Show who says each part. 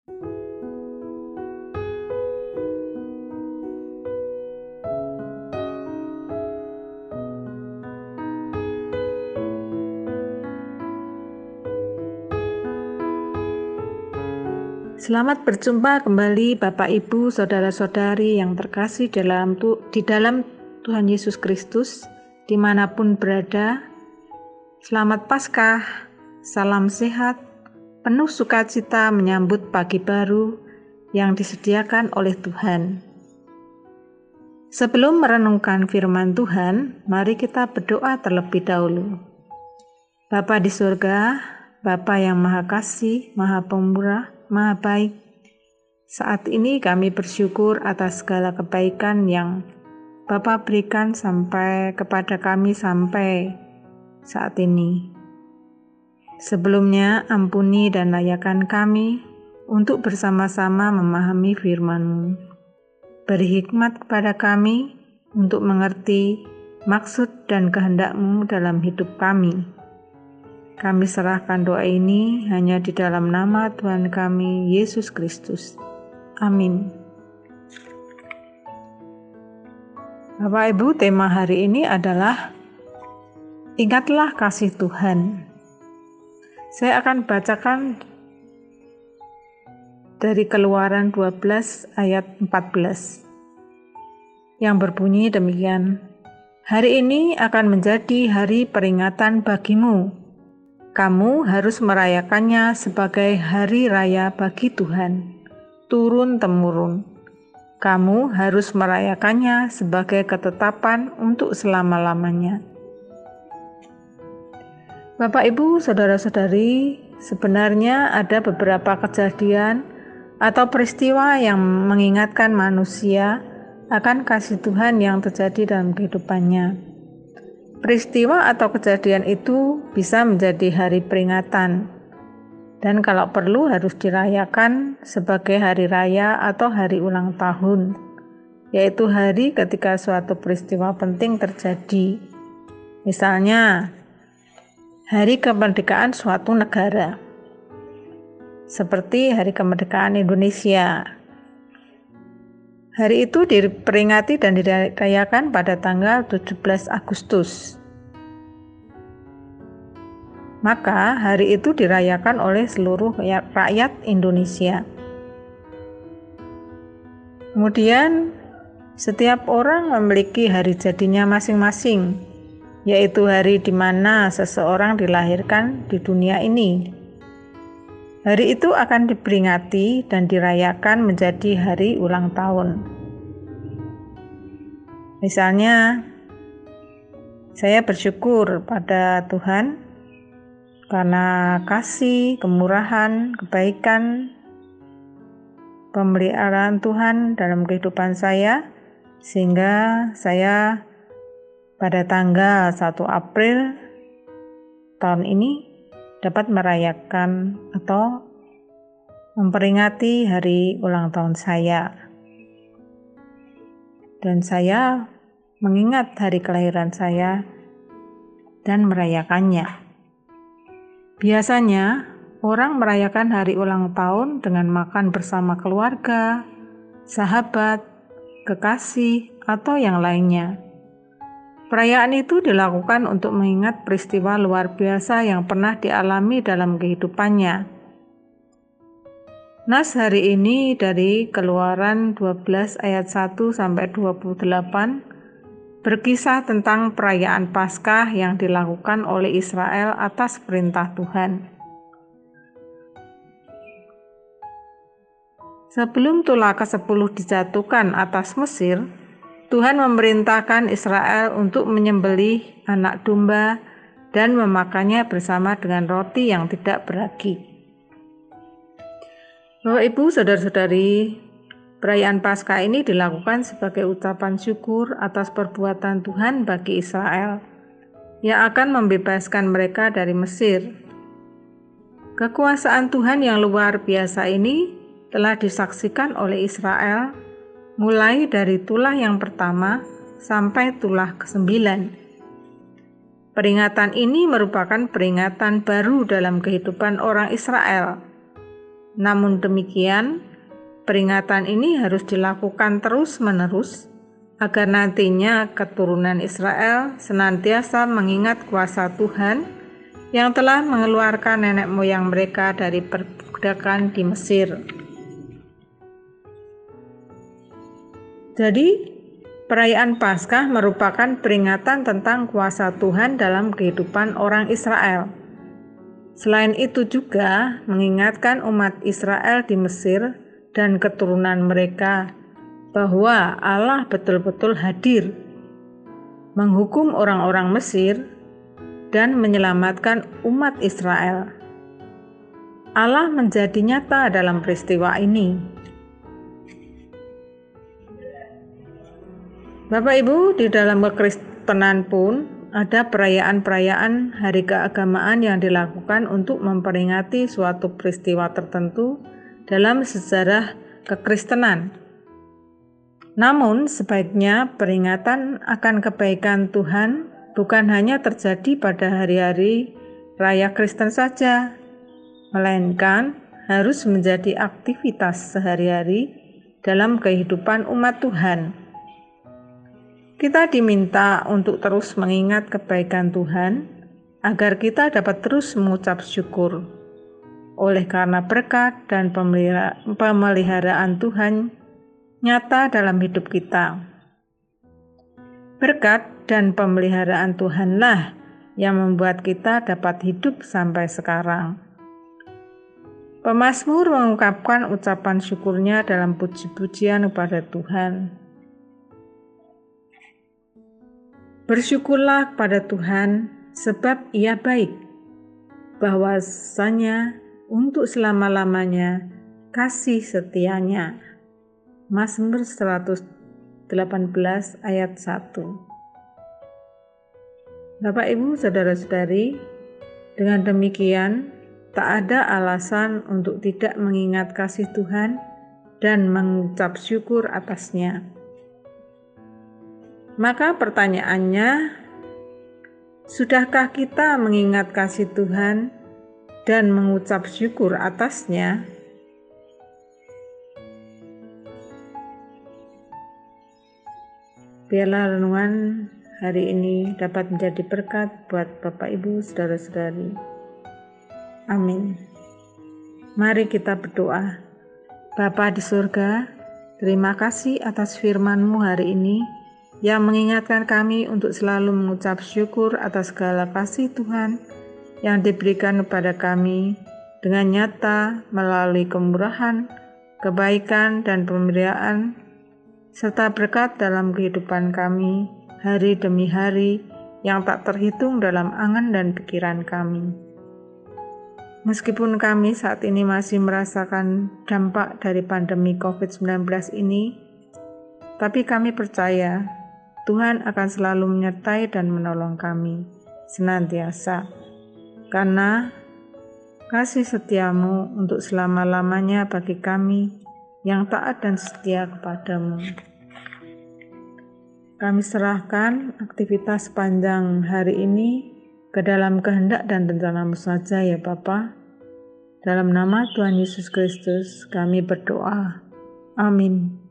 Speaker 1: Selamat berjumpa kembali Bapak Ibu, Saudara-saudari yang terkasih di dalam Tuhan Yesus Kristus, dimanapun berada. Selamat Paskah, salam sehat, penuh sukacita menyambut pagi baru yang disediakan oleh Tuhan. Sebelum merenungkan firman Tuhan, mari kita berdoa terlebih dahulu. Bapa di surga, Bapa yang Maha Kasih, Maha Pemurah, Maha baik. Saat ini kami bersyukur atas segala kebaikan yang Bapa berikan sampai kepada kami sampai saat ini. Sebelumnya ampuni dan layakan kami untuk bersama-sama memahami firman-Mu. Beri hikmat kepada kami untuk mengerti maksud dan kehendak-Mu dalam hidup kami. Kami serahkan doa ini hanya di dalam nama Tuhan kami, Yesus Kristus. Amin. Bapak Ibu, tema hari ini adalah Ingatlah kasih Tuhan. Saya akan bacakan dari Keluaran 12 ayat 14 yang berbunyi demikian. Hari ini akan menjadi hari peringatan bagimu. Kamu harus merayakannya sebagai hari raya bagi Tuhan, turun-temurun. Kamu harus merayakannya sebagai ketetapan untuk selama-lamanya. Bapak, Ibu, Saudara-saudari, sebenarnya ada beberapa kejadian atau peristiwa yang mengingatkan manusia akan kasih Tuhan yang terjadi dalam kehidupannya. Peristiwa atau kejadian itu bisa menjadi hari peringatan, dan kalau perlu harus dirayakan sebagai hari raya atau hari ulang tahun, yaitu hari ketika suatu peristiwa penting terjadi. Misalnya, hari kemerdekaan suatu negara, seperti hari kemerdekaan Indonesia. Hari itu diperingati dan dirayakan pada tanggal 17 Agustus. Maka hari itu dirayakan oleh seluruh rakyat Indonesia. Kemudian setiap orang memiliki hari jadinya masing-masing, yaitu hari di mana seseorang dilahirkan di dunia ini. Hari itu akan diperingati dan dirayakan menjadi hari ulang tahun. Misalnya, saya bersyukur pada Tuhan karena kasih, kemurahan, kebaikan, pemeliharaan Tuhan dalam kehidupan saya, sehingga saya pada tanggal 1 April tahun ini dapat merayakan atau memperingati hari ulang tahun saya. Dan saya mengingat hari kelahiran saya dan merayakannya. Biasanya orang merayakan hari ulang tahun dengan makan bersama keluarga, sahabat, kekasih, atau yang lainnya. Perayaan itu dilakukan untuk mengingat peristiwa luar biasa yang pernah dialami dalam kehidupannya. Nas hari ini dari Keluaran 12 ayat 1 sampai 28 berkisah tentang perayaan Paskah yang dilakukan oleh Israel atas perintah Tuhan. Sebelum tulah ke-10 dijatuhkan atas Mesir, Tuhan memerintahkan Israel untuk menyembelih anak domba dan memakannya bersama dengan roti yang tidak beragi. Bapak, Ibu, Saudara-saudari, perayaan Paskah ini dilakukan sebagai ucapan syukur atas perbuatan Tuhan bagi Israel yang akan membebaskan mereka dari Mesir. Kekuasaan Tuhan yang luar biasa ini telah disaksikan oleh Israel mulai dari tulah yang pertama sampai tulah ke-9. Peringatan ini merupakan peringatan baru dalam kehidupan orang Israel. Namun demikian, peringatan ini harus dilakukan terus-menerus agar nantinya keturunan Israel senantiasa mengingat kuasa Tuhan yang telah mengeluarkan nenek moyang mereka dari perbudakan di Mesir. Jadi, perayaan Paskah merupakan peringatan tentang kuasa Tuhan dalam kehidupan orang Israel. Selain itu juga mengingatkan umat Israel di Mesir dan keturunan mereka bahwa Allah betul-betul hadir, menghukum orang-orang Mesir, dan menyelamatkan umat Israel. Allah menjadi nyata dalam peristiwa ini. Bapak Ibu, di dalam kekristenan pun ada perayaan-perayaan hari keagamaan yang dilakukan untuk memperingati suatu peristiwa tertentu dalam sejarah kekristenan. Namun, sebaiknya peringatan akan kebaikan Tuhan bukan hanya terjadi pada hari-hari raya Kristen saja, melainkan harus menjadi aktivitas sehari-hari dalam kehidupan umat Tuhan. Kita diminta untuk terus mengingat kebaikan Tuhan agar kita dapat terus mengucap syukur oleh karena berkat dan pemeliharaan Tuhan nyata dalam hidup kita. Berkat dan pemeliharaan Tuhanlah yang membuat kita dapat hidup sampai sekarang. Pemazmur mengungkapkan ucapan syukurnya dalam puji-pujian kepada Tuhan. Bersyukurlah kepada Tuhan sebab Ia baik, bahwasanya untuk selama-lamanya kasih setianya. Mazmur 118 ayat 1. Bapak Ibu saudara-saudari, dengan demikian tak ada alasan untuk tidak mengingat kasih Tuhan dan mengucap syukur atasnya. Maka pertanyaannya, sudahkah kita mengingat kasih Tuhan dan mengucap syukur atasnya? Biarlah renungan hari ini dapat menjadi berkat buat Bapak Ibu saudara-saudari. Amin. Mari kita berdoa. Bapa di surga, terima kasih atas firman-Mu hari ini yang mengingatkan kami untuk selalu mengucap syukur atas segala kasih Tuhan yang diberikan kepada kami dengan nyata melalui kemurahan, kebaikan, dan pemberian, serta berkat dalam kehidupan kami hari demi hari yang tak terhitung dalam angan dan pikiran kami. Meskipun kami saat ini masih merasakan dampak dari pandemi COVID-19 ini, tapi kami percaya Tuhan akan selalu menyertai dan menolong kami senantiasa, karena kasih setia-Mu untuk selama-lamanya bagi kami yang taat dan setia kepada-Mu. Kami serahkan aktivitas sepanjang hari ini ke dalam kehendak dan rencana-Mu saja ya Bapa. Dalam nama Tuhan Yesus Kristus kami berdoa. Amin.